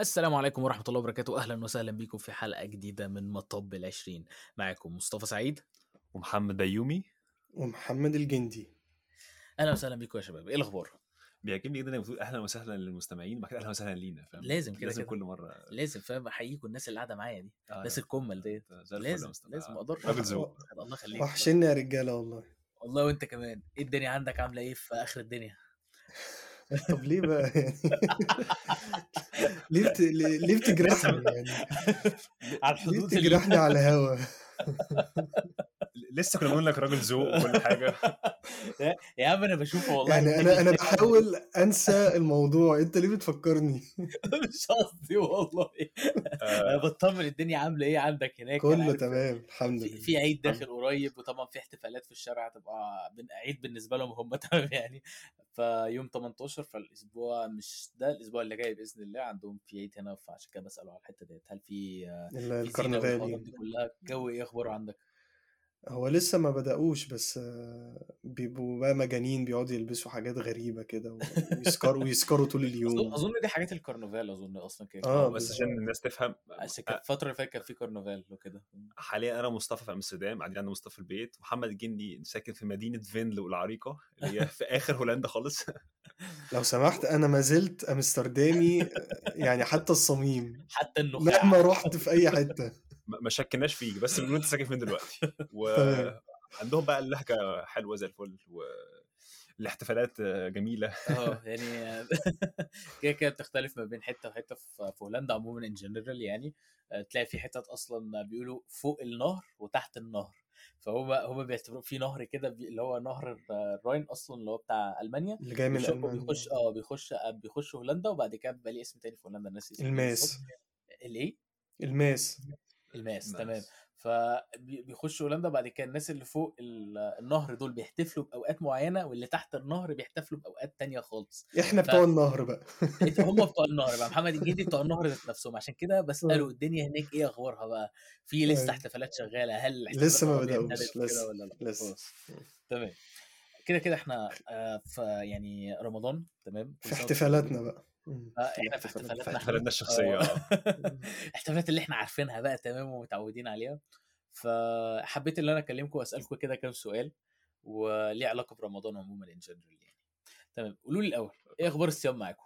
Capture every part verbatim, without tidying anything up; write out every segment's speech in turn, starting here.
السلام عليكم ورحمة الله وبركاته، أهلا وسهلا بكم في حلقة جديدة من مطب العشرين. معاكم مصطفى سعيد ومحمد بيومي. ومحمد الجندي. أهلا وسهلا بكم يا شباب، إيه الأخبار؟ بيعجبني جدا انك بتقول اهلا وسهلا للمستمعين وبعد كده اهلا وسهلا لينا، فاهم؟ لازم كده لازم كده كل مره. لازم فاهم أحييكم الناس اللي قاعدة معايا دي، آه الناس يا الكمل ديت زي الفل يا لازم مصطفى. لازم ما آه. أقدرش. راجل ذوق. الله يخليك والله. وحشني يا رجالة والله. والله وأنت كمان، إيه الدنيا عندك عاملة إيه في آخر الدنيا؟ طب ليه بقى يعني ليه بت... ليه ليه بتجرحني يعني على ليه الحدود ال- بتجرحني على الهوا؟ لسه كنا بنقول لك راجل ذوق وكل حاجه. يا- يا عم أنا بشوفه والله يعني الدنيا انا انا هناك عاملة بحاول انسى الموضوع، انت ليه بتفكرني؟ إيه. مش قصدي والله. أنا آه. بطمن الدنيا عاملة إيه عندك هناك، أنا كله عارف تمام الحمد في لله. في عيد الحمد داخل قريب، وطبعا في احتفالات في الشارع هتبقى بن- عيد بالنسبه لهم هم تمام يعني. فيوم تمنتاشر، فالاسبوع مش ده، الاسبوع اللي جاي باذن الله عندهم في عيد هنا، فعشان كده بساله على الحته ديت، هل في لله. في زينه والحوارات الكرنفالي دي كلها؟ الجو ايه اخباره عندك؟ هو لسه ما بدأوش، بس آه، بيبقوا بقى مجانين، بيقعدوا يلبسوا حاجات غريبة كده ويسكروا ويسكروا طول اظن اليوم. اظن دي حاجات الكرنفال، اظن اصلا كده كده اه اه بس عشان بالظبط. الناس تفهم. عشان كان آه، الفتره اللي فاتت كان في كرنفال وكده. حاليا انا مصطفى في امستردام، قاعدين عند مصطفى في البيت، ومحمد الجندي ساكن في مدينه فينلو العريقه اللي هي في اخر هولندا خالص. لو سمحت انا ما زلت امستردامي، يعني حتى الصميم حتى النخاع. مهما رحت في اي حته. ما ما شكناش فيك، بس بنقول انت ساكن فين دلوقتي. تمام. وعندهم بقى اللهجه حلوه زي الفل، والاحتفالات جميله. اه يعني كده كده بتختلف ما بين حته وحته في في هولندا عموما ان جنرال يعني. آه، تلاقي في حتت اصلا بيقولوا فوق النهر وتحت النهر، فهم هم بيعتبروا في نهر كده بي- اللي هو نهر الر- الراين اصلا، اللي هو بتاع المانيا. اللي جاي من بيشق المانيا. بيخش اه بيخش آه، بيخش هولندا، وبعد كده بيبقى ليه اسم تاني في هولندا، الناس اسمه ايه بالظبط. الماس. الايه؟ الماس. الماس، تمام. نايس. فبيخشوا هولندا، بعد كده الناس اللي فوق ال- النهر دول بيحتفلوا باوقات معينه، واللي تحت النهر بيحتفلوا باوقات تانية خالص. احنا بتوع النهر بقى. إنت- هم بتوع النهر بقى، محمد الجندي بتوع النهر ذات نفسهم، عشان كده بساله آه. الدنيا هناك ايه اخبارها بقى؟ في لسه أيوة. احتفالات شغاله؟ هل الاحتفالات لسه ما الرماديه ابتدت بدأوش وكده لسه ولا لا؟ لسه خلاص، تمام. كده كده احنا آه، في يعني رمضان، تمام، كل في سنه وانتم طيبين. احتفالاتنا بقى. مم. آه، في احنا في احتفالات. في احتفالاتنا احنا احتفالاتنا الشخصيه. اه اه احتفالات اللي احنا عارفينها بقى تمام ومتعودين عليها. فحبيت ان انا اكلمكم واسالكم كده كام سؤال، وليه علاقه برمضان عموما ان جنرال يعني. تمام، قولوا لي الاول، ايه اخبار الصيام معاكم؟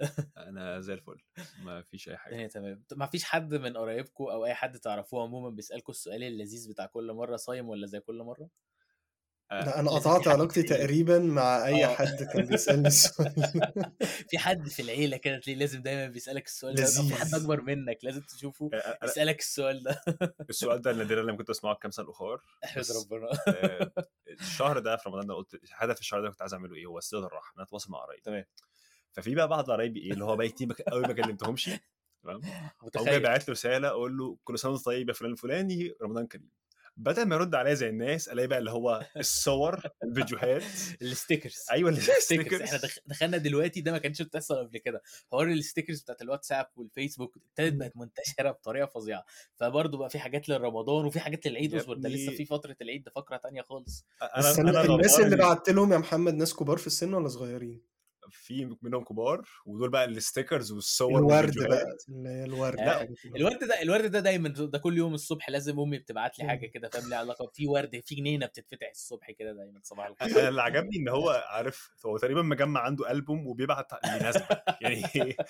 انا زي الفل، ما فيش اي حاجه. الدنيا تمام؟ ما فيش حد من قرايبكم او اي حد تعرفوه عموما بيسالكم السؤال اللذيذ بتاع كل مره، صايم ولا زي كل مره؟ آه، لا انا لازم في قطعت حد علاقتي في العيله. تقريبا مع اي اه حد كان بيسألني السؤال. في حد في العيله كده تلاقيه لازم دايما بيسالك السؤال ده، او في حد لذيذ. اكبر منك لازم تشوفه آه، أنا يسالك السؤال ده. السؤال ده نادرا لما كنت اسمعه كام سنه الاخر. احمد بس ربنا. آه، الشهر ده في رمضان ده قلت هدف الشهر ده كنت عايز اعمله ايه، هو صله الرحم، ان انا اتواصل مع قرايبي. تمام، ففي بقى بعض قرايبي ايه اللي هو بقى كتير قوي ما كلمتهمش، تمام. او جاي متخيل. باعت له رساله اقول له كل سنه وانت طيب يا فلان الفلاني، رمضان كريم. بدل ما يرد عليا زي الناس، الاقي بقى اللي هو الصور الفيديوهات. الستيكرز ايوه الستيكرز احنا الستيكرز. دخ- دخلنا دلوقتي، ده ما كانش بتحصل قبل كده. حوار الستيكرز بتاعت الواتساب والفيسبوك ابتدت بقت منتشره بطريقه فظيعه. فبرضه بقى في حاجات للرمضان وفي حاجات للعيد، يا اصبر ده لسه ابني في فتره العيد، ده فقره تانية خالص. انا بس انا انا الناس غمار اللي ال- بعت لهم يا محمد ناس كبار في السن ولا صغيرين؟ في منهم كبار، ودول بقى الستيكرز والصور الورد والفيديوهات. بقى اللي هي الورد لا وحاجات الورد. الورد ده الورد ده دايما، ده كل يوم الصبح لازم امي بتبعت لي حاجه مم. كده، فاهم، ليها علاقه في ورد، في جنينه بتتفتح الصبح كده دايما، صباح الخير. انا اللي عجبني ان هو عارف، هو تقريبا مجمع عنده ألبوم وبيبعت اللي يناسبك يعني.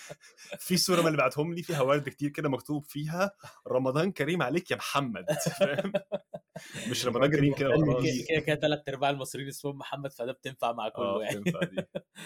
في صوره من اللي بعتهم لي فيها ورد كتير كده مكتوب فيها رمضان كريم عليك يا محمد، فاهم؟ مش رمضان الراجل كريم كده مهتم كده وخلاص. بيه. كده كده ثلاث ارباع المصريين اسمهم محمد، فده بتنفع مع اه كله يعني. بتنفع دي.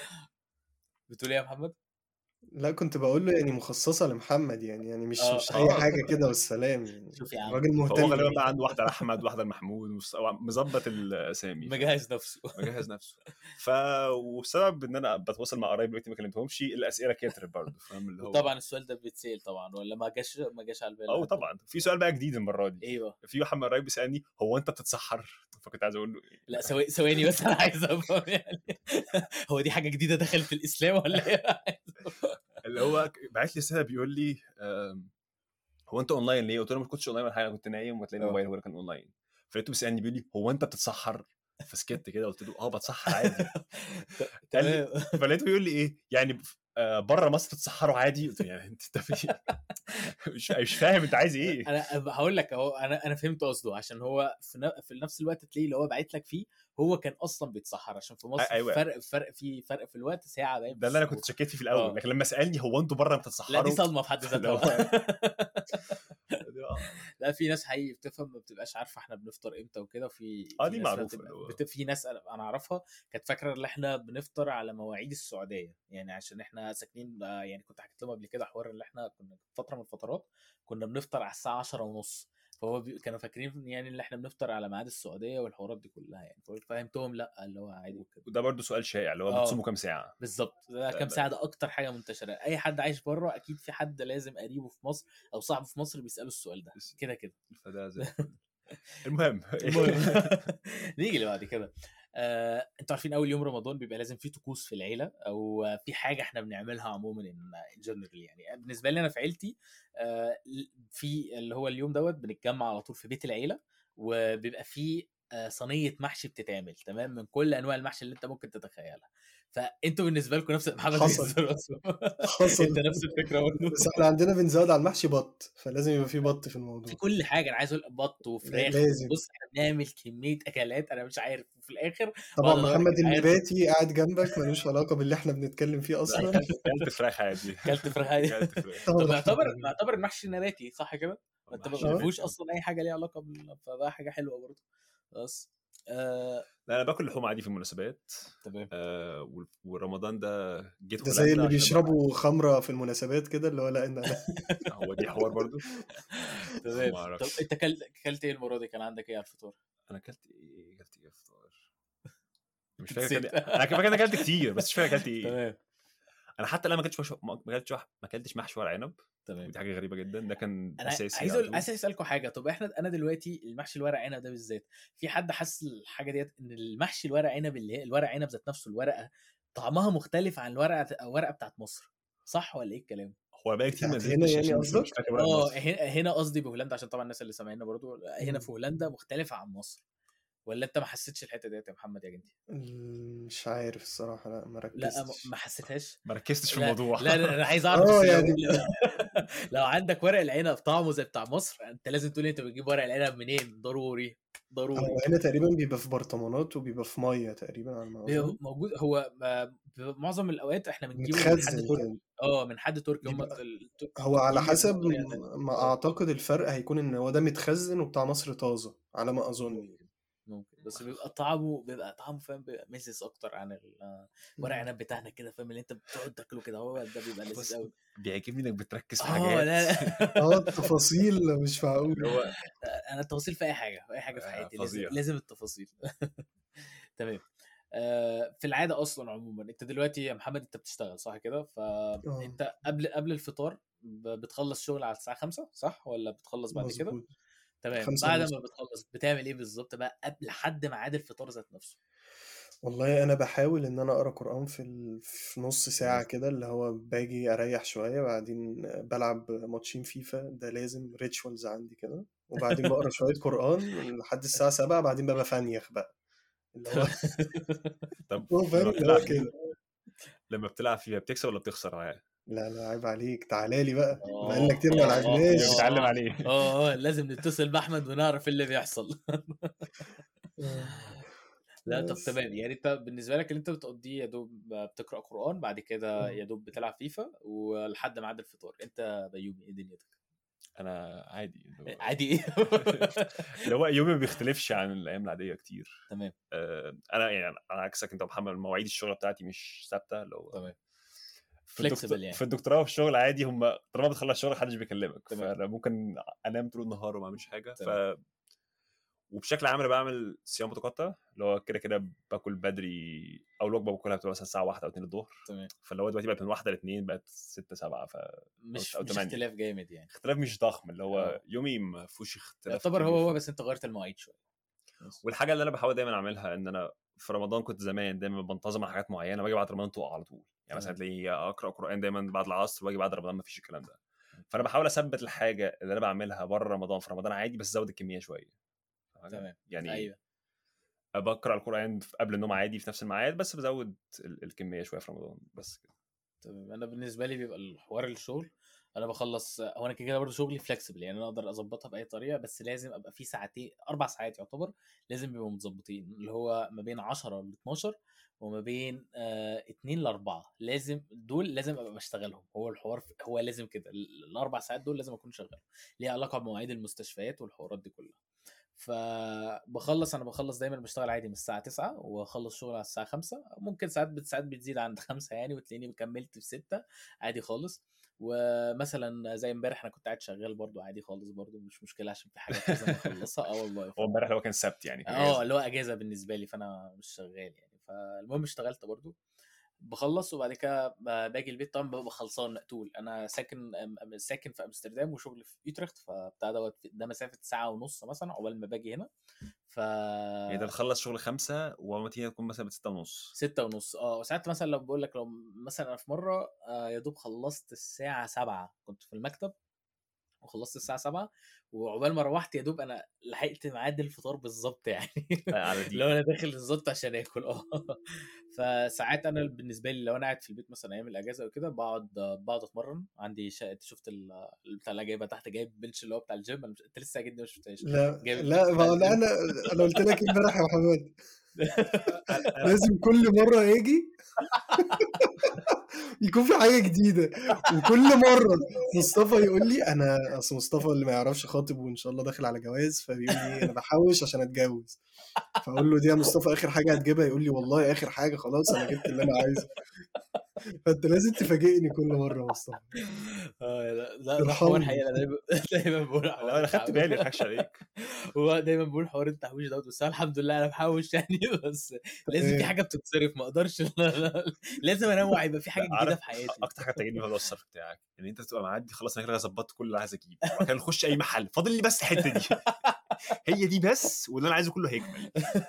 بتقول ايه يا محمد؟ لا كنت بقول له يعني مخصصة لمحمد، يعني يعني مش اه مش اي اه حاجة كده والسلام، يعني شوف يا عم، الراجل فهو مهتم غالبا بيه. بقى عنده واحده لاحمد واحده لمحمود، ومس- مظبط الاسامي، فاهم؟ مجهز نفسه. مجهز نفسه. ف وبسبب ان انا بتواصل مع قرايبي دلوقتي ما كلمتهمش، الاسئله كترت برضه، فاهم اللي هو. وطبعا السؤال ده بيتسال طبعا، ولا ما جاش ما جاش على البال او لحد طبعا في سؤال بقى جديد المره دي. ايه بقى؟ في واحد من قرايبي بيسالني هو انت بتتسحر، فكنت عايز اقول له ايه. لا ثواني ثواني بس انا عايز افهم يعني. هو دي حاجه جديده دخلت الاسلام ولا ايه؟ اللي هو بعت لي رساله بيقول لي آم، هو انت اونلاين ليه؟ قلت له ما كنتش اونلاين ولا حاجه، كنت نايم وتلاقي اه الموبايل هو اللي كان اونلاين. فلقيته بيسالني بيقول لي هو انت بتتسحر؟ فسكت كده قلت له اه بتسحر عادي. ت- قال لي تمام. فلقيته بيقول لي ايه يعني، آه بره مصر تتسحروا عادي. قلت يعني انت مش مش فاهم انت عايز ايه. انا هقول لك اهو، انا انا فهمت قصده، عشان هو في, ن... في نفس الوقت تلاقيه اللي هو باعت لك فيه هو كان اصلا بيتسحر، عشان في مصر أيوة. فرق فرق في فرق في الوقت ساعه باين. ده اللي انا كنت شكيت فيه في الاول. آه. لكن لما سالني هو انتوا بره لا بتتسحروا، دي صدمه في حد ذاتها. لا في ناس حقيقي بتفهم ما بتبقاش عارفه احنا بنفطر امتى وكده. في اه في دي ناس معروفه بتبقى اللي هو بت... في ناس انا أنا اعرفها كانت فاكره ان احنا بنفطر على مواعيد السعوديه، يعني عشان احنا ساكنين آه، يعني كنت حكيت لهم قبل كده حوار ان احنا كنا فتره من الفترات كنا بنفطر على الساعه عشرة ونص، فهو بي... كانوا فاكرين يعني ان احنا بنفطر على ميعاد السعوديه والحوارات دي كلها، يعني فهمتهم لا اللي هو عادي وكده. وده برضو سؤال شائع اللي هو اه بتصوموا كام ساعه. بالظبط، ده كام فما- ساعه ده اكتر حاجه منتشره، اي حد عايش بره اكيد في حد لازم قريبه في مصر او صاحبه في مصر بيساله السؤال ده كده كده. فده زي الفل. المهم المهم نيجي اللي بعد كده. آه، انتوا عارفين اول يوم رمضان بيبقى لازم فيه طقوس في العيله، او في حاجه احنا بنعملها عموما ان جنرال. يعني بالنسبه لي انا في عيلتي آه، في اللي هو اليوم دوت بنتجمع على طول في بيت العيله، وبيبقى فيه آه، صينيه محشي بتتعمل تمام من كل انواع المحشي اللي انت ممكن تتخيلها. فانتوا بالنسبه لكم نفس محمد حصل بيزر حصل انت نفس الفكره برضه؟ بس احنا عندنا بنزود على المحشي بط، فلازم يبقى فيه بط في في الموضوع. كل حاجه، انا عايز اقول بط لا- وفراخ. لازم. بص احنا بنعمل كميه اكلات انا مش عارف، وفي الاخر طبعا بقعد ادور يا محمد جدعان. النباتي قاعد جنبك ملوش علاقة باللي احنا بنتكلم فيه لا اصلا. كلت كلت فراخ عادي. كلت فراخ عادي. كلت فراخ. طبعا طب ما احمد يعتبر النباتي. ما يعتبر المحشي نباتي صح كده؟ ما انت ما محشي اه فيهوش نباتي. اصلا اي حاجه ليها علاقه بال... فده حاجه حلوه برضه. بس آه... لا انا باكل لحوم عادي في المناسبات. تمام. آه وال- ورمضان ده جيت ده زي هولندا اللي عشان ابقى. بيشربوا خمرة في المناسبات كده، اللي هو لا ان انا هو دي حوار برضو. تمام. ما طب اعرفش. انت كلت كلت ايه المره دي؟ كان عندك ايه على الفطار؟ انا اكلت ايه اكلت ايه افطار مش فاكر نسيت. كده. انا كان فاكر انا اكلت كتير بس مش فاكر اكلت ايه. تمام انا حتى الان ما اكلتش مش... ما اكلتش ما اكلتش محشي ورق عنب. تمام. ودي حاجه غريبه جدا. ده كان انا اساسي عايز على اقول طول. عايز اسالكم حاجه. طب احنا انا دلوقتي المحشي الورق عنب ده بالذات، في حد حس الحاجه ديت ان المحشي الورق عنب اللي هي الورق عنب ذات نفسه الورقه طعمها مختلف عن الورقه الورقه بتاعت مصر، صح ولا ايه الكلام؟ هو بقى كتير ما بتاعت هنا نزلتش يعني عشان مش مش قصدك؟ فاكر ورق اه مصر. هنا هنا قصدي بهولندا، عشان طبعا الناس اللي سامعيننا برضو هنا في مم. هولندا مختلفه عن مصر، ولا انت ما حسيتش الحته ديت يا محمد يا جندي؟ مش عارف الصراحة، لا ما لا ما ركزتش. ما حسيتهاش. ما ركزتش في لا الموضوع. لا لا، انا عايز اعرف اه بس لو يعني لو عندك ورق العنب طعمه زي بتاع مصر، انت لازم تقول لي انت بتجيب ورق العنب منين، ضروري هو ضروري. هنا تقريبا بيبقى في برطمانات وبيبقى في مية تقريبا على ما بيبقى اظن، موجود هو ما- بيبقى معظم الاوقات احنا بنجيبه من حد متخزن تركي. كده. اه من حد تركي، هم بيبقى ال- الت- هو على التركيين بيعملوه حسب بطريقه تانيه. م- ما اه اعتقد الفرق هيكون ان هو ده متخزن وبتاع مصر طازة على ما اظن يعني. ممكن ممكن بس بيبقى طعمه بيبقى طعمه فاهم، بيبقى مزز اكتر عن ال- ورق مم. عنب بتاعنا كده، فاهم اللي انت بتقعد تاكله كده، هو ده بيبقى لذيذ بص قوي. بيعجبني انك بتركز في اه حاجات. لا لا اه التفاصيل مش معقول. اللي هو انا التفاصيل في اي حاجه، في اي حاجه في آه، حياتي لازم فظيع. لازم التفاصيل. تمام. آه، في العاده اصلا عموما انت دلوقتي يا محمد انت بتشتغل صح كده؟ اه فانت قبل قبل الفطار ب- بتخلص شغل على الساعه خمسة صح ولا بتخلص بعد كده؟ مظبوط. تمام. خمسة بعد ونص. ما بتخلص بتعمل ايه بالظبط بقى قبل لحد ميعاد الفطار ذات نفسه؟ والله انا بحاول ان انا اقرا قران في ال... في نص ساعه تمام. كده، اللي هو باجي اريح شويه، بعدين بلعب ماتشين فيفا، ده لازم ريتشوالز عندي كده، وبعدين بقرا شويه قران لحد الساعه سبعة، بعدين ببقى فانيخ بقى اللي هو طب هو فاهم لما اللي بتلعب هو فيه كده. لما بتلعب فيها بتكسب ولا بتخسر معاه؟ لا لا عيب عليك، تعالى لي بقى، بقالنا اه كتير ما اه اه يبقى لعبناش. بيتعلم اه عليه. اه اه لازم نتصل باحمد ونعرف إيه اللي بيحصل. آه، لا طب بس تمام، يعني انت بالنسبه لك اللي انت بتقضيه يا دوب بتقرا قران، بعد كده آه. يا دوب بتلعب فيفا ولحد ميعاد الفطار. انت بيومي ايه دنيتك؟ انا عادي اللي هو عادي ايه؟ اللي هو يومي ما بيختلفش عن الايام العاديه كتير. تمام آه، انا يعني انا عكسك انت يا محمد، مواعيد الشغل بتاعتي مش ثابته. اللي هو تمام في الدكتور فليكسبل يعني. في الدكتوراه وفي الشغل عادي، هم طالما بتخلص الشغل محدش بيكلمك، تمام فانا ممكن انام طول النهار وما اعملش حاجه. ف تمام وبشكل عام انا بعمل صيام متقطع، اللي هو كده كده باكل بدري. اول وجبه باكلها بتبقى مثلا الساعه واحدة او اتنين الظهر، تمام. فاللي هو دلوقتي بقت من واحدة ل اتنين، بقت ستة سبعة ف مش او مش تمانية. اختلاف جامد يعني. اختلاف مش ضخم، اللي هو اه يومي ما فيهوش اختلاف يعتبر هو كبير هو فيه. بس انت غيرت المواعيد شويه بس. والحاجه اللي انا بحاول دايما اعملها ان انا في رمضان كنت زمان دايما بنتظم على حاجات معينه، باجي بعد رمضان تقع على طول. يعني مثلا تمام تلاقي اقرا قران دايما بعد العصر، واجي بعد رمضان ما فيش الكلام ده. فانا بحاول اثبت الحاجه اللي انا بعملها بره رمضان في رمضان عادي، بس زود الكميه شويه. فاهم حاجة؟ تمام يعني ايوه بقرا القران قبل النوم عادي في نفس الميعاد، بس بزود ال- الكميه شويه في رمضان بس كده. تمام. انا بالنسبه لي بيبقى الحوار الشغل، انا بخلص هو انا كده كده برضه شغلي فلكسبل، يعني انا اقدر اظبطها باي طريقه، بس لازم ابقى في ساعتين اربع ساعات يعتبر لازم يبقوا متظبطين، اللي هو ما بين عشرة ل اتناشر وما بين آه اتنين ل اربعة، لازم دول لازم ابقى بشتغلهم. هو الحوار في- هو لازم كده ال- الاربع ساعات دول لازم اكون شغال، ليها علاقه بمواعيد المستشفيات والحوارات دي كلها. فبخلص انا بخلص دايما بشتغل عادي من الساعه تسعة واخلص شغل على الساعه خمسة، ممكن ساعات بت- ساعات بتزيد عند خمسة يعني، وتلاقيني كملت في ستة عادي خالص. ومثلا زي امبارح انا كنت قاعد شغال برضو عادي خالص، برضو مش مشكله عشان في حاجات لازم اخلصها. اه والله ف... هو امبارح لو كان سبت يعني كان اه اجازه. اللي هو اجازه بالنسبه لي، فانا مش شغال يعني. فالمهم اشتغلت برضو، بخلص وبعد كده ب- باجي البيت. طبعا ببقى خلصان مقتول، انا ساكن أم- أم- ساكن في امستردام وشغلي في يوترخت، فبتاع دوت ده مسافه ساعه ونص مثلا عقبال ما باجي هنا. ف يعني انت بتخلص شغل خمسة وما تيجي تكون مثلا بستة ونص. ستة ونص. اه وساعات مثلا لو بقول لك، لو مثلا انا في مره آه يا دوب خلصت الساعه سبعة، كنت في المكتب وخلصت الساعه سبعة، وعقبال ما روحت يا دوب انا لحقت ميعاد الفطار بالظبط يعني. على لو دي. انا داخل بالظبط عشان اكل. اه فساعات انا بالنسبه لي لو انا قاعد في البيت مثلا ايام الاجازه وكده، بقعد بقعد اتمرن. عندي شا... انت شفت ال- بتاع اللي جايبها تحت، جايب بنش اللي هو بتاع الجيم. أنا مش... انت لسه اكيد ما شفتهاش. لا جايب البنش لا، بتاع ما هو الجيم. انا انا قلت لك امبارح يا محمد انا لازم كل مره اجي يكون في حاجه جديده، وكل مره مصطفى يقول لي انا اصل مصطفى اللي ما يعرفش خاطب وان شاء الله داخل على جواز، فبيقول لي ايه انا بحوش عشان اتجوز، فاقول له دي يا مصطفى اخر حاجه هتجيبها، يقول لي والله اخر حاجه خلاص انا جبت اللي انا عايزه. فانت لازم تفاجئني كل مره يا مصطفى، اه لا لا، ده حوار ترحمني. حقيقي. انا دايما دايما بقول والله على انا خدت التعويض. بالي، ما اضحكش عليك. هو دايما بقول حوار التحويش دوت، بس أنا الحمد لله انا بحوش يعني. بس لازم في تمام. حاجه بتتصرف، ما اقدرش. لا لا، لازم انوع، يبقى في حاجه لا جديده عارف، في حياتي. اكتر حاجه بتعجبني في موضوع الصرف بتاعك ان انت تبقى معدي خلاص انا كده ظبطت كل اللي عايز اجيبه، وبعد كده نخش اي محل فاضل لي بس الحته دي. هي دي بس، واللي انا عايزه كله هيكمل.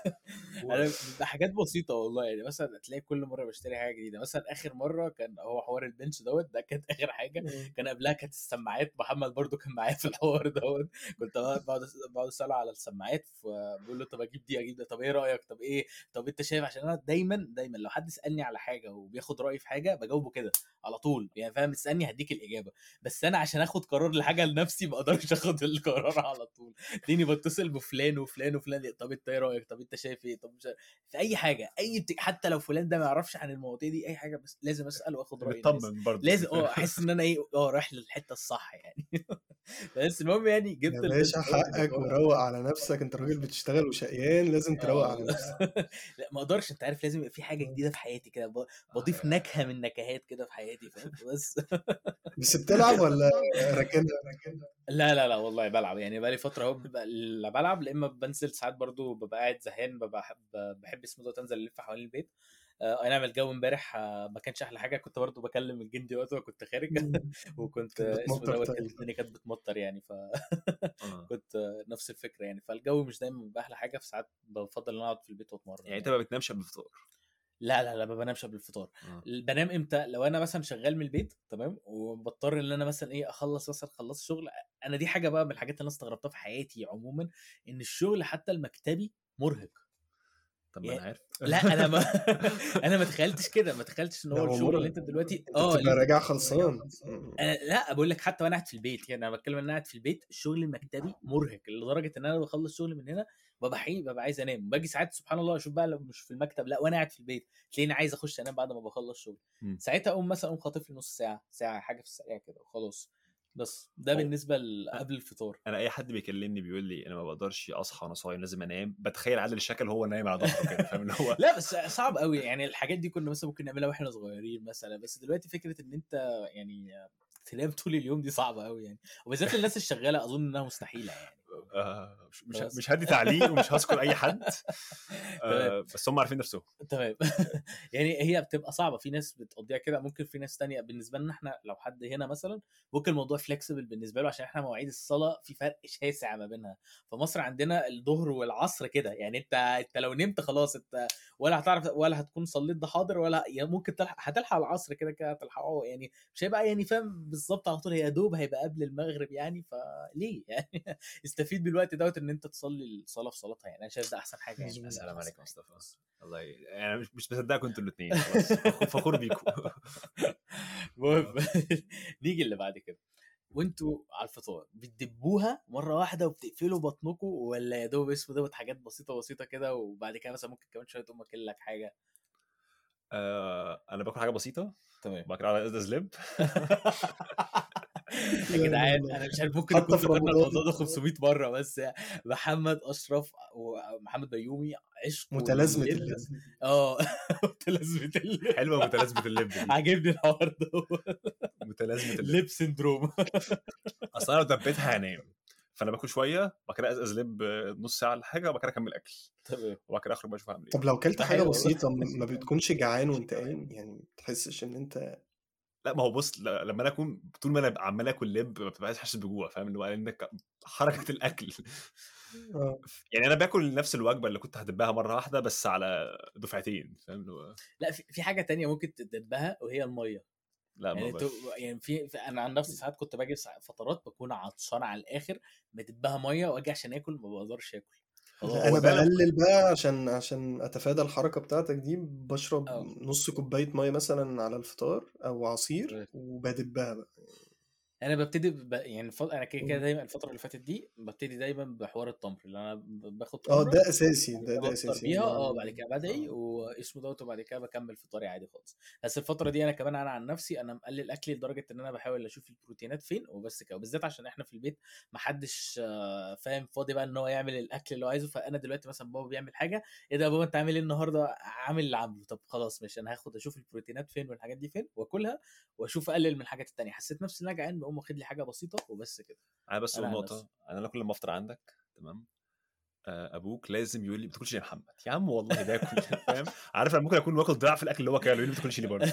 و... انا بيبقى حاجات بسيطه والله يعني. مثلا تلاقي كل مره بشتري حاجه جديده. مثلا اخر مره كان هو حوار البنش دوت، ده كانت اخر حاجه. كان قبلها كانت السماعات، محمد برضو كان معايا في الحوار دوت. كنت بقعد بقعد اساله على السماعات، فبقول له طب اجيب دي اجيب ده، طب ايه رايك، طب ايه، طب انت شايف. عشان انا دايما دايما لو حد سالني على حاجه وبياخد رايي في حاجه بجاوبه كده على طول يعني، فاهم؟ تسالني هديك الاجابه، بس انا عشان اخد قرار لحاجه لنفسي ما اقدرش اخد القرار على طول. تلاقيني بتصل بفلان وفلان وفلان، طب انت ايه رايك، طب انت شايف ايه، طب مش عارف- في اي حاجه، اي بت... حتى لو فلان ده ما يعرفش عن المواضيع دي اي حاجه، بس لازم اسال واخد راي الناس. بتطمن برضه لازم يعني. اه احس ان انا ايه اه رايح للحته الصح يعني. بس المهم يعني يا جبت البنش باشا دوت اللي حقك هو. وروق على نفسك، انت راجل بتشتغل وشقيان، لازم تروق اه على نفسك. لا ما اقدرش، انت عارف لازم يبقى في حاجه جديده في حياتي كده، ب- بضيف نكهه من نكهات كده في حياتي، فاهم؟ بس بس بتلعب ولا راكنها؟ لا لا لا والله بلعب يعني. بقالي فتره اهو ببقى لا بلعب، لا اما بنزل ساعات برضو ببقى قاعد زهقان، ببقى بحب بحب اسمه ده انزل الف حوالين البيت. آه، اي نعم الجو امبارح آه، ما كانش احلى حاجه. كنت برضو بكلم الجندي وقت ما كنت خارج. وكنت كانت آه، اسمه بتمطر دوت كانت طيب. الدنيا كانت بتمطر يعني. ف اه كنت آه، نفس الفكره يعني. فالجو مش دايما بيبقى احلى حاجه، في ساعات بفضل ان انا اقعد في البيت واتمرن يعني انت يعني. ما بتنامش قبل الفطار؟ لا لا لا ما بنامش قبل الفطار. اه بنام امتى؟ لو انا مثلا شغال من البيت تمام، وبضطر ان انا مثلا ايه اخلص مثلا خلصت شغل. انا دي حاجه بقى من الحاجات اللي انا استغربتها في حياتي عموما، ان الشغل حتى المكتبي مرهق طب ما انا يعني. عارف. لا انا ما انا ما تخيلتش كده، ما تخيلتش ان ده هو هو الشغل اللي مرهق، انت دلوقتي انت اه اللي بتبقى انت راجع خلصان. أنا لا بقول لك حتى وانا قاعد في البيت يعني. انا بتكلم ان انا قاعد في البيت، الشغل المكتبي مرهق لدرجه ان انا بخلص شغل من هنا ببقى حقيقي ببقى عايز انام. باجي ساعات سبحان الله اشوف بقى لو مش في المكتب لا وانا قاعد في البيت تلاقيني عايز اخش انام بعد ما بخلص شغل. مم. ساعتها اقوم مثلا اقوم خاطف لي نص ساعه ساعه حاجه في السريع كده وخلاص. بس ده هو بالنسبه ل- قبل الفطار. انا اي حد بيكلمني بيقول لي انا ما بقدرش اصحى وانا صايم، لازم انام، بتخيل عادل الشكل هو نايم على ظهره كده، فاهم اللي هو. لا بس صعب قوي يعني. الحاجات دي كنا مثلا ممكن نعملها واحنا صغيرين مثلا، بس دلوقتي فكره ان انت يعني تنام طول اليوم دي صعبه قوي يعني، وبالذات للناس الشغاله اظن انها مستحيله يعني. آه مش مش بس مش هدي تعليق ومش هذكر اي حد. تمام آه بس هم عارفين نفسهم. تمام. يعني هي بتبقى صعبه، في ناس بتقضيها كده، ممكن في ناس تانية. بالنسبه لنا احنا لو حد هنا مثلا ممكن الموضوع فليكسبل بالنسبه له، عشان احنا مواعيد الصلاه في فرق شاسع ما بينها. فمصر عندنا الظهر والعصر كده يعني، انت انت لو نمت خلاص انت ولا هتعرف ولا هتكون صليت ده حاضر، ولا يعني ممكن تلحق هتلحق العصر كده كده هتلحقه يعني. مش هيبقى يعني فاهم بالظبط على طول، هي يا دوب هيبقى قبل المغرب يعني. فليه يعني؟ استفيد بالوقت دوت ان انت تصلي الصلاه في صلاتها، يعني انا شايف ده احسن حاجه يعني. مظبوط. السلام أحسن عليكم يا حاجة. مصطفى. الله ي... يعني مش مش مصدقكم انتوا الاثنين، خلاص فخور فخور بيكم. المهم نيجي اللي بعد كده، وانتوا على الفطار بتدبوها مره واحده وبتقفلوا بطنكم، ولا يا دوب اسمه دوت حاجات بسيطه بسيطه كده، وبعد كده مثلا ممكن كمان شويه تقوم واكل لك حاجه؟ آه انا باكل حاجه بسيطه تمام. وباكل على ازاز لب. يا لا جدعان لا لا انا مش عارف ممكن حتى نكون في ذكرنا رمضان الموضوع ده خمسمية مره، بس محمد اشرف ومحمد بيومي عشقوا متلازمة للب. اللب. اه متلازمه اللب. حلوه متلازمه اللب دي، عاجبني الحوار ده. متلازمه اللب. لب سندروم. اصلا لو دبيتها هنام، فانا باكل شويه وبعد كده ازاز لب نص ساعه ولا حاجه وبعد كده اكمل اكل تمام. وبعد كده اخرج بقى اشوف هعمل ايه. طب لو كلت ده حاجة حلو والله. بسيطة ما بتكونش جعان وانت قايم؟ يعني ما تحسش ان انت لا ما هو بص، ل- لما انا اكون طول ما انا عمال اكل لب ما بتبقاش حاسس بجوع، فاهم اللي هو انك حركه الاكل. اه يعني انا باكل نفس الوجبه اللي كنت هدبها مره واحده بس على دفعتين، فاهم اللي هو لا في في حاجه تانية ممكن تدبها وهي الميه. لا ما يعني تو بقاش. يعني في, في انا عن نفسي ساعات كنت باجي ساعات- فترات بكون عطشان على الاخر، بدبها ميه واجي عشان اكل ما بقدرش اكل لا هو انا خلاص. ده لما بقلل بقى عشان عشان اتفادى الحركة بتاعتك دي، بشرب اه نص كوباية مية مثلا على الفطار او عصير وبدبها بقى. انا ببتدي ب... يعني الف... انا كده كده دايما الفتره اللي فاتت دي ببتدي دايما بحوار التمر، اللي انا ب- باخد اه تمره ده اساسي، بعد ده كده ده بفطر اساسي بيها، مع اه بعد ال... كده بدعي اه واسمه دوت، وبعد كده بكمل فطاري عادي خالص. بس الفتره دي انا كمان انا عن نفسي انا مقلل اكلي لدرجه ان انا بحاول اشوف البروتينات فين وبس كده، وبالذات عشان احنا في البيت محدش آه، فاهم فاضي بقى ان هو يعمل الاكل اللي هو عايزه. فانا دلوقتي مثلا بابا بيعمل حاجه، ايه ده يا بابا انت عامل ايه النهارده؟ عامل اللي عامله. طب خلاص ماشي، انا هاخد اشوف البروتينات فين والحاجات دي فين واكلها، واشوف اقلل من الحاجات التانية. حسيت نفسي ان انا جعان بقوم واخد لي حاجه بسيطه وبس كده. انا بس انا اقول عن نقطه، نفسي انا انا كل ما افطر عندك تمام آه، ابوك لازم يقول لي ما بتاكلش يا محمد. يا عم والله باكل فاهم، عارف انا ممكن اكون واكل ضعف الاكل اللي هو كان يقول لي ما تاكلش ليه برضه.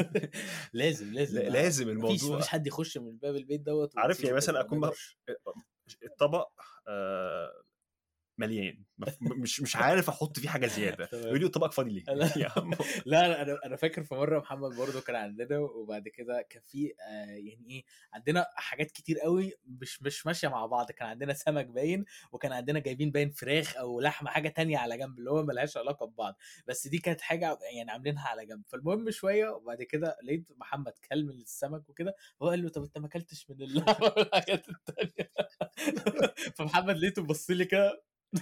لازم لازم لا- ما لازم مفيش الموضوع، مفيش حد يخش من باب البيت دوت عارف يعني وتسيبه كده، مثلا ما اكون م- نقدرش. الطبق آه، مليان مف- مش مش عارف احط فيه حاجه زياده، يقول تمام. لي طبقك فاضي ليه؟ لا يا عم لا لا، انا انا فاكر في مره محمد برضو كان عندنا، وبعد كده كان في آه يعني ايه، عندنا حاجات كتير قوي مش مش ماشيه مع بعض. كان عندنا سمك باين، وكان عندنا جايبين باين فراخ او لحمه حاجه تانية على جنب اللي هو ملهاش علاقه ببعض، بس دي كانت حاجه يعني عاملينها على جنب. فالمهم شويه وبعد كده لقيت محمد كل من السمك وكده، هو قال له طب انت ما اكلتش من اللحمه والحاجات التانية؟ فمحمد لقيته بص لي كده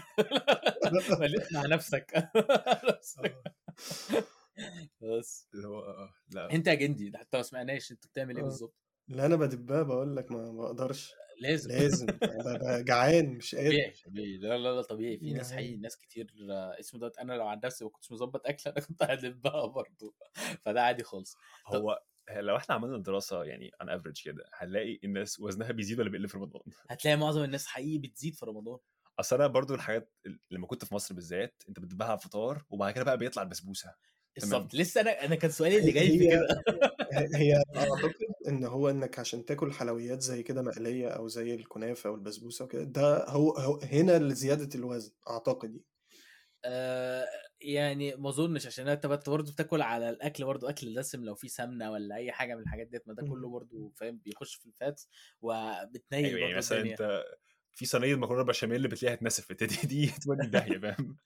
مليت مع نفسك. نفسك. آه، بس اللي هو آه، لا انت يا جندي ده حتى ما سمعناش انت بتعمل ايه اه بالظبط. لا انا بدبها بقول لك ما بقدرش. لازم. لازم ببقى جعان مش طبيعي قادر. طبيعي، لا لا لا طبيعي. في ناس حقيقي جعان. ناس كتير آه، اسمه دوت. انا لو عن نفسي ما كنتش مظبط اكل انا كنت هدبها برضه. فده عادي خالص. طب هو لو احنا عملنا دراسه يعني عن افريج كده هنلاقي الناس وزنها بيزيد ولا بيقل في رمضان. هتلاقي معظم الناس حقيقي بتزيد في رمضان. اصل انا برضو الحاجات ال- لما كنت في مصر بالذات انت بتذبحها على الفطار وبعد كده بقى بيطلع البسبوسه تمام. بالظبط، لسه انا انا كان سؤالي اللي جاي في هي كده. هي اعتقد ان هو انك عشان تاكل حلويات زي كده مقليه او زي الكنافه او البسبوسه وكده، ده هو, هو هنا زياده الوزن اعتقد يعني. آه يعني ما اظنش، عشان انت بت- برضه بتاكل على الاكل برضه اكل دسم، لو في سمنه ولا اي حاجه من الحاجات ديت ما ده كله مم. برضه فاهم بيخش في الفات وبتنيل ايوه يعني برضه مثلا الدنيا. انت في صينيه مكرونه بشاميل اللي بتلاقيها اتنسفت دي دي تودي في داهيه فاهم.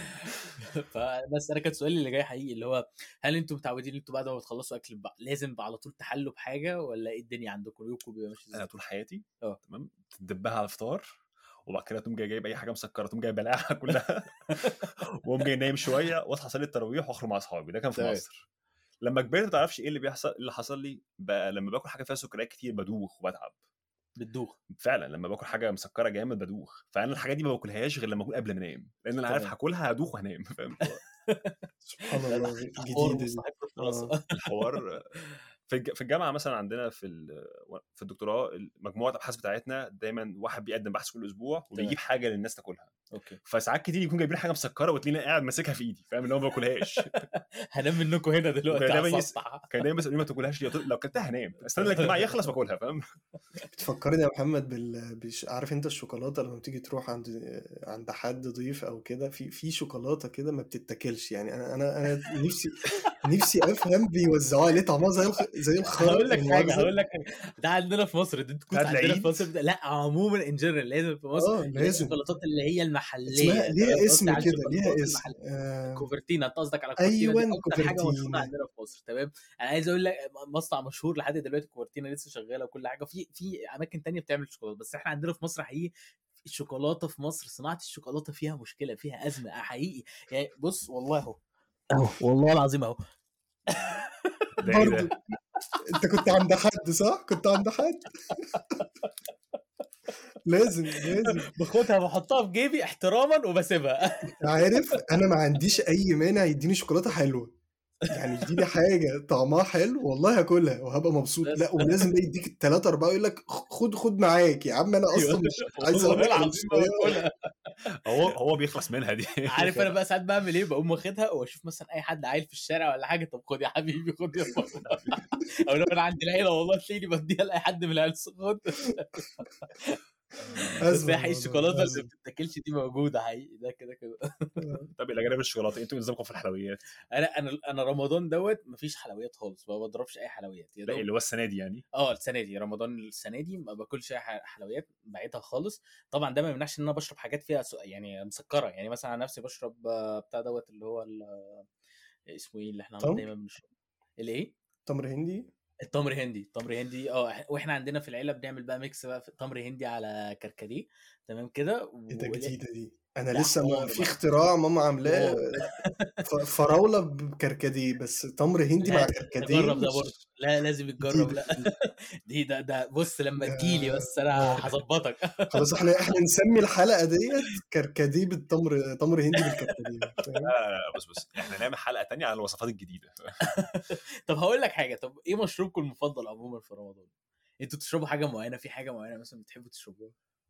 فبس انا كان سؤالي اللي جاي حقيقي اللي هو هل انتوا متعودين ان انتوا بعد ما بتخلصوا اكل بقى لازم على طول تحلوا بحاجه، ولا ايه الدنيا عندكم يومكم بيبقى ماشي انا ازاي؟ طول حياتي اه تمام تدبها على الفطار وبعد كده تقوم جاي جايب اي حاجه مسكره تقوم جاي بلاعها كلها واقوم جاي نايم شويه واصحى اصلي التراويح واخرج مع اصحابي. ده كان في تمام. مصر. لما كبرت ما تعرفش ايه اللي بيحصل، اللي حصل لي بقى لما باكل حاجه فيها سكريات كتير بدوخ وبتعب. بتدوخ. فعلا لما باكل حاجه مسكره جامد بدوخ، فانا الحاجات دي ما باكلهاش غير لما اكون قبل ما انام لان انا عارف تمام. هاكلها هدوخ وهنام فاهم. سبحان لا ده الله ده حوار جديده دي. مستحق اه الدراسه. الحوار في الج- في الجامعه مثلا عندنا في ال- في الدكتوراه مجموعه الابحاث بتاعتنا دايما واحد بيقدم بحث كل اسبوع تمام. وبيجيب حاجه للناس تاكلها. اوكي فساعات كتير يكون جايبين حاجه مسكره وتلاقيني قاعد ماسكها في ايدي، فاهم اللي هو ما باكلهاش. هنام منكم هنا دلوقتي وكان على دايما يس... السطح. كان دايما يسالوني ما تاكلهاش ليه؟ لو كلتها هنام، استنى الاجتماع يخلص واكلها، فاهم. بتفكرني يا محمد بال بش... عارف انت الشوكولاته لما بتيجي تروح عند عند حد ضيف او كده، في في شوكولاته كده ما بتتاكلش، يعني انا انا انا نفسي نفسي افهم بيوزعوها ليه، طعمها زي الخ... زي الخرا. هقول لك حاجه المؤاخذة. هقول لك حاجه ده عندنا في مصر، ده انت كنت بتاعت عندنا في العيد؟ مصر بتا... لا عموما ان جنرال لازم في مصر اه اللي هي لازم الشوكولاتات اللي هي اسمها المحليه. ليها تمام قصدي اسم على كده، ليها الشوكولاتات اسم المحليه. آه... الكوفرتينا، انت قصدك على الكوفرتينا، دي ايوه اكتر حاجه مشهوره كوفرتينا. عندنا في مصر. تمام انا عايز اقول لك مصنع مشهور لحد دلوقتي كوفرتينا لسه شغاله وكل حاجه، في في اماكن تانية بتعمل شوكولاته، بس احنا عندنا في مصر حقيقي الشوكولاته في مصر، صناعه الشوكولاته فيها مشكله، فيها ازمه حقيقي. يعني بص والله اهو اهو والله العظيم اهو. ده ايه برضو ده؟ انت كنت عند حد صح؟ كنت عند حد. لازم لازم باخدها بحطها في جيبي احتراما وبسيبها. انت عارف انا ما عنديش اي مانع يديني شوكولاته حلوه، يعني يديني حاجه طعمها حلو والله هاكلها وهبقى مبسوط. بس لا ولازم بقى يديك الثلاثه اربعه يقول لك خد خد معاك يا عم، انا ايوه اصلا مش عايز والله اكل العظيم شويه. باكلها. هو هو بيخلص منها دي. عارف انا بقى ساعات بعمل ايه؟ بقوم واخدها واشوف مثلا اي حد عايل في الشارع ولا حاجه، طب خد يا حبيبي خد يا بابا. او لو انا عندي العيله والله تلاقيني بديها لاي حد من العيال، خد. بس ازمه هي حقيقي والله الشوكولاته اللي ما ازمه. بتتاكلش دي موجوده حقيقي، ده كده كده. طب الى جانب الشوكولاته انتوا نظامكم في الحلويات؟ انا انا انا رمضان دوت مفيش حلويات خالص، ما بضربش اي حلويات يا ده دوب. اللي هو السنه دي يعني. اه السنه دي رمضان، السنه دي ما باكلش اي ح- حلويات، بعيدها خالص. طبعا ده ما يمنعش ان انا بشرب حاجات فيها سو- يعني مسكره، يعني مثلا على نفسي بشرب آه، بتاع دوت اللي هو ال- اسمه ايه اللي احنا تمر دايما بنشرب، الايه، تمر هندي. التمر هندي. التمر هندي اه إح- واحنا عندنا في العيله بنعمل بقى ميكس بقى في تمر هندي على كركديه، تمام كده ايه ده و... جديده دي، انا لا لسه ما حوار في بقى اختراع ماما عاملاه. حوار. ف- فراوله بكركديه، بس تمر هندي مع لا كركديه نجرب ده برضه، مش لا لازم يتجرب. جديده لا دي. دي ده ده بص لما ده تجيلي بس انا آه. هظبطك. خلاص احنا احنا نسمي الحلقه ديت كركديه بالتمر، تمر هندي بالكركديه، فاهم. لا لا لا، بص بص احنا نعمل حلقه تانية على الوصفات الجديده. طب هقول لك حاجه، طب ايه مشروبكم المفضل عموما في رمضان؟ انتوا بتشربوا حاجه معينه، في حاجه معينه مثلا بتحبوا تشربوها؟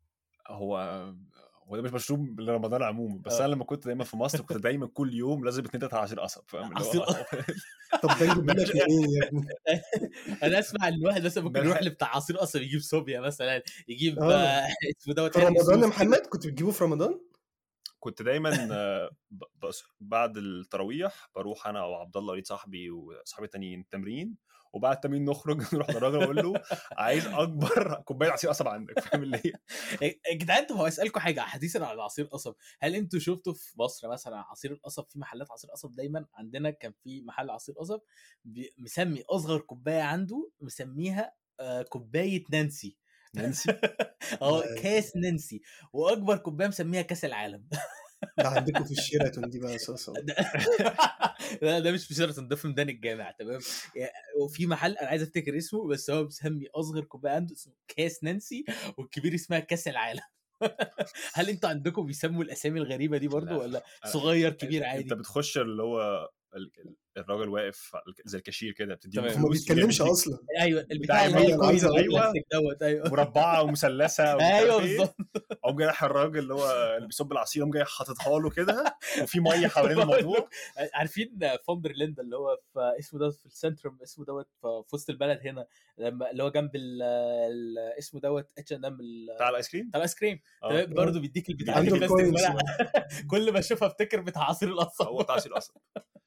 هو هو ده مش مشروب لرمضان عموما، بس اه انا لما كنت دايما في مصر كنت دايما كل يوم لازم اتنين تلاته عصير قصب، فاهم اللي عصير هو. طب ده نجيب لك ماشي. منين يا ابني؟ انا اسمع ان الواحد مثلا ممكن يروح ملح- لبتاع عصير قصب يجيب صوبيا مثلا، يجيب اه آه، اسمه دوت في عرق رمضان يا سوس محمد كده. كنت بتجيبه في رمضان؟ كنت دايما آه، ب- بس- بعد التراويح بروح انا وعبد الله وليد صاحبي واصحابي التانيين التمرين، وبعد التمرين نخرج نروح للراجل اقول له عايز اكبر كوبايه عصير قصب عندك، فاهم اللي هي. يا جدعان انتوا، هو اسالكم حاجه حديثا عن عصير قصب، هل انتوا شفتوا في مصر مثلا عصير القصب في محلات عصير قصب؟ دايما عندنا كان في محل عصير قصب بي- مسمي اصغر كوبايه عنده مسميها آه، كوبايه نانسي. نانسي. اه ده كاس نانسي، واكبر كوبايه مسميها كاس العالم. ده عندكم في الشيراتون دي بقى اساسا. ده لا ده مش في شيراتون، ده في ميدان الجامع. تمام يعني، وفي محل انا عايز افتكر اسمه، بس هو مسمي اصغر كوبايه عنده اسمه كاس نانسي، والكبير اسمها كاس العالم. هل انتوا عندكم بيسموا الاسامي الغريبه دي برضو، لا ولا أنا- صغير كبير انت عادي؟ بتخش اللي هو ال- ال- الراجل واقف على- زي الكاشير كده، بتديله تمام. هو ما فلوس بيتكلمش ويديك اصلا. ايوه البتاع اللي دايما. هي ايوه انا عايز الكوين اقول لك البلاستيك دوت. ايوه مربعه ومثلثه ومش ايوه عارف ايه، بالظبط. او جاي رايح الراجل اللي هو اللي بيصب العصير قام جاي حاططها له كده وفي ميه حوالين بقول الموضوع. لك، عارفين فوندر ليندا اللي هو في اسمه دوت في السنترم، اسمه دوت في في وسط البلد هنا، لما اللي هو جنب ال ال- اسمه دوت اتش ان ام بتاع الايس كريم. بتاع الايس كريم. اه تمام آه. برضه بيديك البتاع بيديك دي عنده بلاستيك، الكوينز. وانا كل ما اشوفها افتكر بتاع عصير القصب. هو بتاع عصير القصب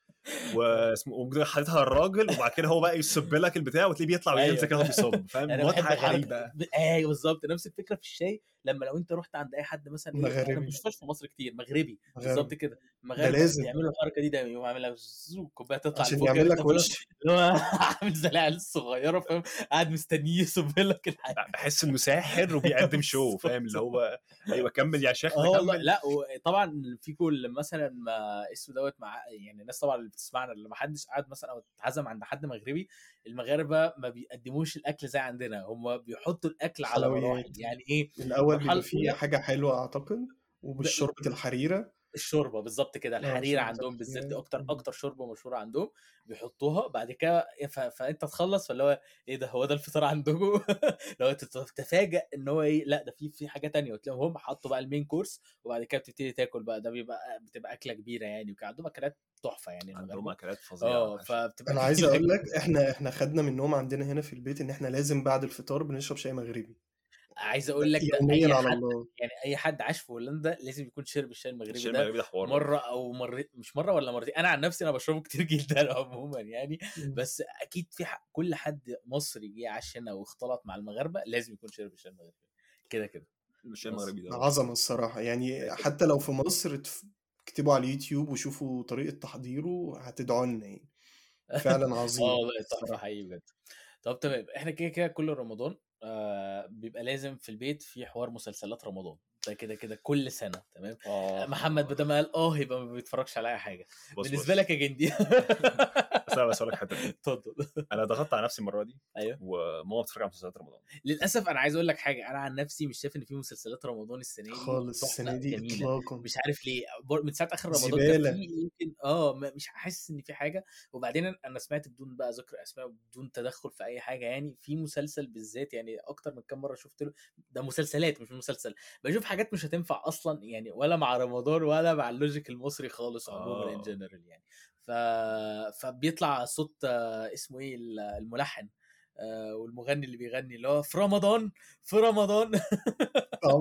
واسمه ومجد حاططها للراجل، وبعد كده هو بقى يصب لك البتاع وتلاقيه بيطلع وينزل ايوه كده وهو بيصب، فاهم انا بحب متعه الحركه غريبه. ب- ايوه بالظبط نفس الفكره في الشاي. لما لو انت رحت عند اي حد مثلا ايه، انا ما مغربي بشوفهاش في مصر كتير، مغربي بالظبط مغربي كده، ده مغاربه لازم بيعملوا الحركه دي دايما، يقوم عاملها زوق كوبايه تطلع عشان لفوق كده، يعمل انت لك فاهم وش. اللي هو عامل زي العيال الصغيره، فاهم قاعد مستنيه يصب لك الحاجه. بحس انه ساحر وبيقدم شو، فاهم اللي هو ايوه كمل يا شيخ اه والله نكمل. لا، وطبعا في كل مثلا ما اسمه دوت مع يعني الناس طبعا اللي بتسمعنا، اللي ما حدش قاعد مثلا او اتعزم عند حد مغربي، المغاربه ما بيقدموش الاكل زي عندنا، هم بيحطوا الاكل على مراحل. حلويات يعني ايه الاول المرحله بيبقى فيه الاولى؟ حاجه حلوه اعتقد، ب... وبالشوربه الحريره الشوربه بالظبط كده، اه الحريره شوربة عندهم بالذات دي الحريرة. اكتر مم. اكتر شوربه مشهوره عندهم، بيحطوها بعد كده ف... فانت تخلص فاللي هو ايه ده، هو ده الفطار عندكم؟ لو انت تتفاجئ ان هو ايه، لا ده في في حاجه تانية، وتلاقيهم هم حطوا بقى المين كورس وبعد كده بتبتدي تاكل بقى، ده بيبقى بتبقى اكله كبيره يعني، وكان عندهم اكلات تحفه يعني عندهم المغاربه. اكلات فظيعه اه حشو. فبتبقى انا عايز جميله اقول لك جدا. احنا احنا خدنا منهم عندنا هنا في البيت ان احنا لازم بعد الفطار بنشرب شاي مغربي عايز اقول لك ده يوميا اي على حد، الله. يعني اي حد عاش في هولندا لازم يكون شرب الشاي المغربي الشاي ده المغربي ده حوار برضه. مره او مرتين، مش مره ولا مرتين، انا عن نفسي انا بشربه كتير جدا عموما يعني. مم. بس اكيد في حق كل حد مصري جه عاش هنا واختلط مع المغاربه لازم يكون شرب الشاي المغربي كده كده. الشاي بس المغربي ده عظمة الصراحة يعني، حتى لو في مصر تف- اكتبوا على اليوتيوب وشوفوا طريقة تحضيره هتدعوا لنا يعني. فعلا اه عظيم والله تحفه الصراحة. حقيقي بجد. طب تمام، احنا كده كده كل رمضان آه بيبقى لازم في البيت في حوار مسلسلات رمضان ده كده كده كل سنه تمام. اه محمد بدل ما قال اه يبقى ما بيتفرجش على اي حاجه. بص بالنسبه بص لك يا جندي بس انا بس اقول لك حته دي، اتفضل. انا ضغطت على نفسي المره دي ايوه وماما بتتفرج على مسلسلات رمضان. للاسف انا عايز اقول لك حاجه، انا عن نفسي مش شايف ان في مسلسلات رمضان السنه دي خالص تحفه السنة دي جميله. إطلاقا مش عارف ليه بر- من ساعه اخر رمضان كان في زبالة. يمكن اه م- مش حاسس ان في حاجه. وبعدين انا سمعت بدون بقى ذكر اسماء بدون تدخل في اي حاجه، يعني في مسلسل بالذات يعني اكتر من كام مره شفت له، ده مسلسلات مش مسلسل، بشوف حاجات مش هتنفع اصلا يعني، ولا مع رمضان ولا مع اللوجيك المصري خالص عموما ان اه جنرال يعني. ف... فبيطلع صوت آه، اسمه ايه الملحن آه، والمغني اللي بيغني اللي هو في رمضان في رمضان عم-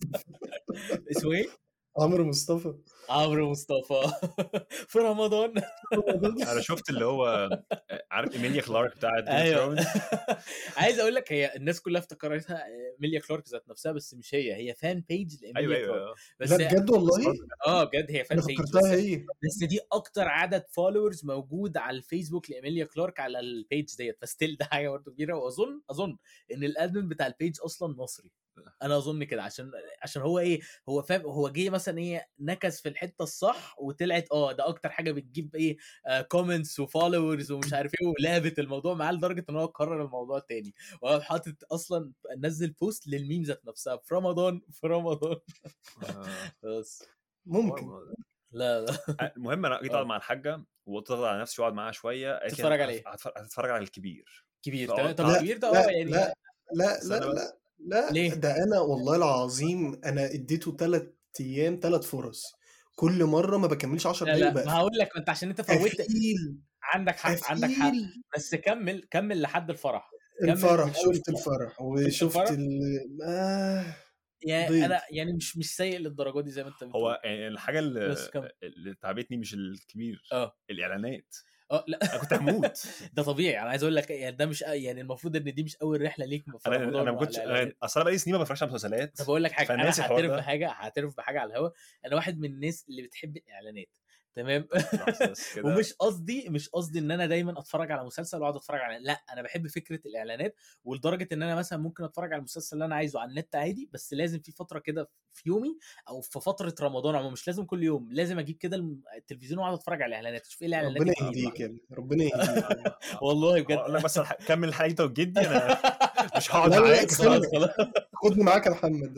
اسمه ايه؟ عمرو مصطفى. عمرو مصطفى في رمضان. انا شفت اللي هو عارف ايميليا كلارك بتاعت جيم اوف ايوه ثرونز. عايز اقول لك هي الناس كلها افتكرتها ميليا كلارك ذات نفسها، بس مش هي، هي فان بيج ايوه لإيميليا ايوه كلارك. ايوه لا بس هي- بجد بس والله برضه اه بجد هي انا فان بيج فكرتها بس. هي. بس دي اكتر عدد فولورز موجود على الفيسبوك لإيميليا كلارك على البيج ديت، فستيل ده حاجه برضه كبيره. واظن اظن ان الادمن بتاع البيج اصلا مصري، انا اظن كده، عشان عشان هو ايه، هو فاهم، هو جه مثلا ايه نكس في الحته الصح وطلعت اه ده اكتر حاجه بتجيب ايه كومنتس وفولورز ومش عارف ايه، ولعبت الموضوع معاه لدرجه ان هو قرر الموضوع تاني، وهو حاطط اصلا نزل بوست للميم ذات نفسها في رمضان في رمضان. آه، بس حوار ممكن. الموضوع ده. لا لا المهم انا جيت اقعد اه مع الحاجه وضغط على نفسي واقعد معاها شويه، قالت لي تتفرج هت- عليه هت- هتتفرج على الكبير. كبير تمام. فقعدت طب قعدت- لا الكبير ده اه لا يعني لا لا لا استنى بس. لا لا ليه؟ ده انا والله العظيم انا اديته ثلاث ايام ثلاث فرص، كل مره ما بكملش عشر لا دقايق لا ما بقفل. هقول لك، ما انت عشان انت فوتت. قفيل عندك حق عندك حق، قفيل. بس كمل كمل لحد الفرح. كمل الفرح وشوف. شفت الفرح شفت وشفت الفرح ال آه يعني بيض. انا يعني مش مش سيء للدرجه دي زي ما انت بتقول. هو يعني الحاجه بس اللي, كمل. اللي تعبتني مش الكبير، اه الاعلانات. اه لا انا كنت هموت. ده طبيعي، انا عايز اقول لك يعني ده مش يعني المفروض ان دي مش اول رحله ليك في انا رمضان انا ما مع كنتش انا الاعلانات. اصلا بقالي سنين ما بتفرجش على مسلسلات، طب اقول لك حاجه، انا فناسي الحوار هعترف ده. بحاجه هعترف بحاجه على الهوا، انا واحد من الناس اللي بتحب الاعلانات تمام. طب لحظه بس كده. ومش قصدي مش قصدي ان انا دايما اتفرج على مسلسل واقعد اتفرج على، لا انا بحب فكره الاعلانات، ولدرجه ان انا مثلا ممكن اتفرج على المسلسل اللي انا عايزه على النت عادي، بس لازم في فتره كده في يومي او في فتره رمضان عموما، مش لازم كل يوم، لازم اجيب كده الم- التلفزيون واقعد اتفرج على الاعلانات، اشوف ايه الاعلانات ربنا الجديده. يهديك يا ابني، ربنا يهديك يعني. والله بجد. اقول لك بس الح- كمل الحلقه انت وجدي، انا مش هقعد لا لا لا معاك. خلاص استنى، خلاص. خدني معاك يا محمد.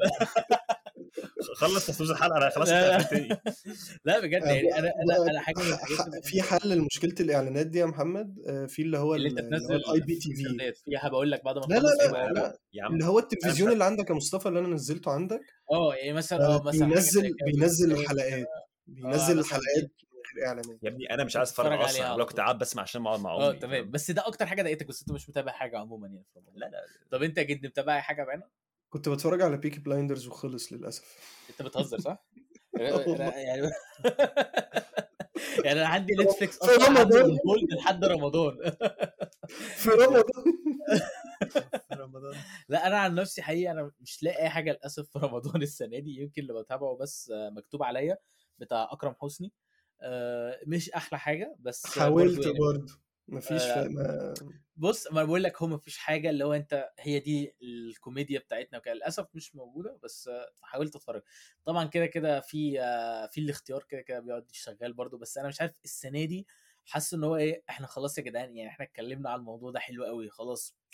خلص تصوير الحلقه، انا خلاص لا اتقفلت لا تاني. لا بجد آه، يعني انا انا ب- انا حاجه من ح- الحاجات ح- اللي في بحبها حل لمشكله الاعلانات دي يا محمد، آه، في اللي هو اللي ال- انت اللي هو تنزل الاي بي تي في في. سردات فيها، بقول لك بعد ما لا لا نخلص لا هيبقى ايوه حاجات. لا يا عم اللي هو انا مش التلفزيون اللي عندك يا مصطفى اللي انا نزلته عندك، اه يعني مثلا آه، اه مثلا حاجه زي بينزل كده بينزل بتتكون. الحلقات، اه بينزل مثلا الحلقات دي من غير اعلانات. يا ابني انا مش عايز اتفرج بتتفرج اصلا، عليها انا على لو كنت طول. قاعد بسمع عشان اقعد مع اه امي، تمام، فاهم؟ بس ده اكتر حاجه ضايقتك، بس انت مش متابع حاجه عموما يعني في رمضان. لا لا طب انت جد متابع اي حاجه بعينها؟ كنت بتفرج على بيكي بلايندرز وخلص للاسف. انت بتهزر صح؟ آه والله. انا يعني يعني انا عندي نتفليكس في اصلا عامله رمضان، الهولد لحد رمضان. في رمضان. في رمضان. لا انا عن نفسي حقيقي انا مش لاقي اي حاجه للاسف في رمضان السنه دي، يمكن اللي بتابعه بس آه، مكتوب عليا بتاع اكرم حسني، آه، مش احلى حاجه بس آه، برضو حاولت يعني برضه مفيش آه، ف... ما... بص ما بقول لك هو مفيش حاجه اللي هو انت هي دي الكوميديا بتاعتنا وكده، للاسف مش موجوده، بس آه، حاولت اتفرج. طبعا كده كده في آه، في الاختيار كده كده بيقعد شغال برضو، بس انا مش عارف السنه دي حاسس ان هو ايه، احنا خلاص يا جدعان يعني احنا اتكلمنا على الموضوع ده حلو قوي خلاص،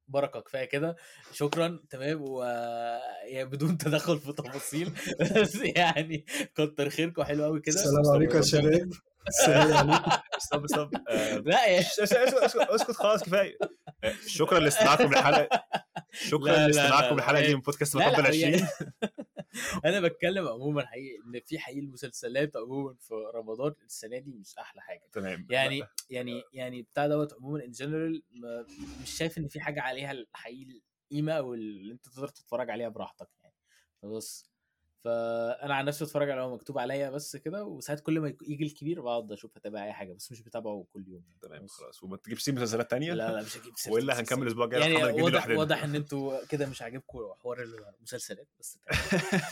بركه كفايه كده، شكرا تمام. و يعني بدون تدخل في تفاصيل بس يعني كتر خيركم، حلو قوي كده. السلام عليكم يا شباب. السلام عليكم. ستوب ستوب لا يعني اسكت خلاص كفايه. آه، شكرا لاستماعكم للحلقه، شكرا لا لا لاستماعكم لا للحلقه دي لا من بودكاست لا مطب لا يعني العشرين. انا بتكلم عموما حقيقي ان في حقيقي المسلسلات عموما في رمضان السنه دي مش احلى حاجه تمام. يعني يعني يعني بتاع دوت عموما ان جنرال، مش شايف ان في حاجه عليها الحقيقي القيمه او اللي انت تقدر تتفرج عليها براحتك يعني. بس فانا عن نفسي بتفرج على هو مكتوب عليا بس كده، وساعات كل ما يجي الكبير بقعد اشوف اتابع اي حاجه، بس مش بتابعه كل يوم يعني. تمام بس خلاص، وما تجيبش سيره مسلسلات تانية. لا لا مش هجيب سيرة والا هنكمل المسلسلات. الاسبوع الجاي يعني محمد الجندي واضح لوحدنا. واضح ان انتوا كده مش عاجبكم حوار المسلسلات بس تمام.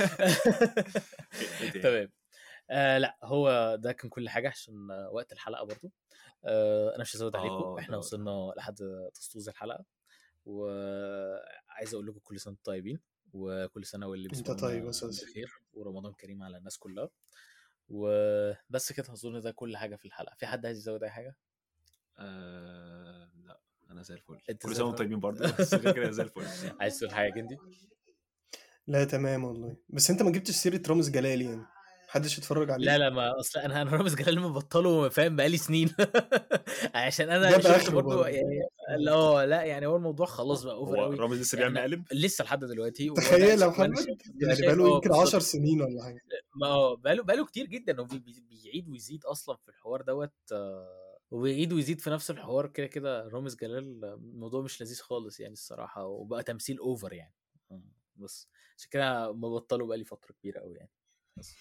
إيه تاني؟ تمام. آه لا هو ده كان كل حاجه عشان وقت الحلقه برضو. آه انا مش هزود عليكم، اه احنا ده وصلنا لحد تسطوز الحلقه، وعايز اقول لكم كل سنه وانتم طيبين، وكل سنه واللي انت بيسمعونا طيب يا استاذ. بخير، ورمضان كريم على الناس كلها. وبس كده اظن ده كل حاجه في الحلقه. في حد عايز يزود اي حاجه؟ آه لا انا زي الفل، انت كل زي سنه وانتم الفل. طيبين برضو، بس غير كده زي الفل. عايز تقول حاجه جندي؟ لا تمام والله، بس انت ما جبتش سيره رامز جلال يعني، محدش يتفرج عليه. لا لا ما اصل انا انا رامز جلال مبطله فاهم بقالي سنين عشان انا جاب شفت اخره برضو برضه. يعني. لا لا يعني هو الموضوع خلاص بقى اوفر هو قوي. رامز لسه بيعمل احنا مقالب؟ لسه لحد دلوقتي، وانا تخيل يا شا... وانا محمد، شايف وانا يعني شايف بقاله اه يمكن بالظبط. عشر سنين ولا حاجه. ما هو بقاله بقاله كتير جدا، وبي... بي- بيعيد ويزيد اصلا في الحوار دوت. آه، وبيعيد ويزيد في نفس الحوار كده كده. رامز جلال الموضوع مش لذيذ خالص يعني الصراحه، وبقى تمثيل اوفر يعني. آه، بس عشان كده مبطله بقالي فتره كبيره قوي يعني. بس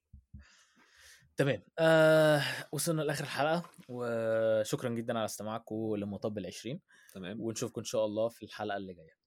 تمام. آه وصلنا لاخر الحلقه، وشكرا جدا على استماعكم لمطب العشرين، تمام. ونشوفكم ان شاء الله في الحلقه اللي جايه.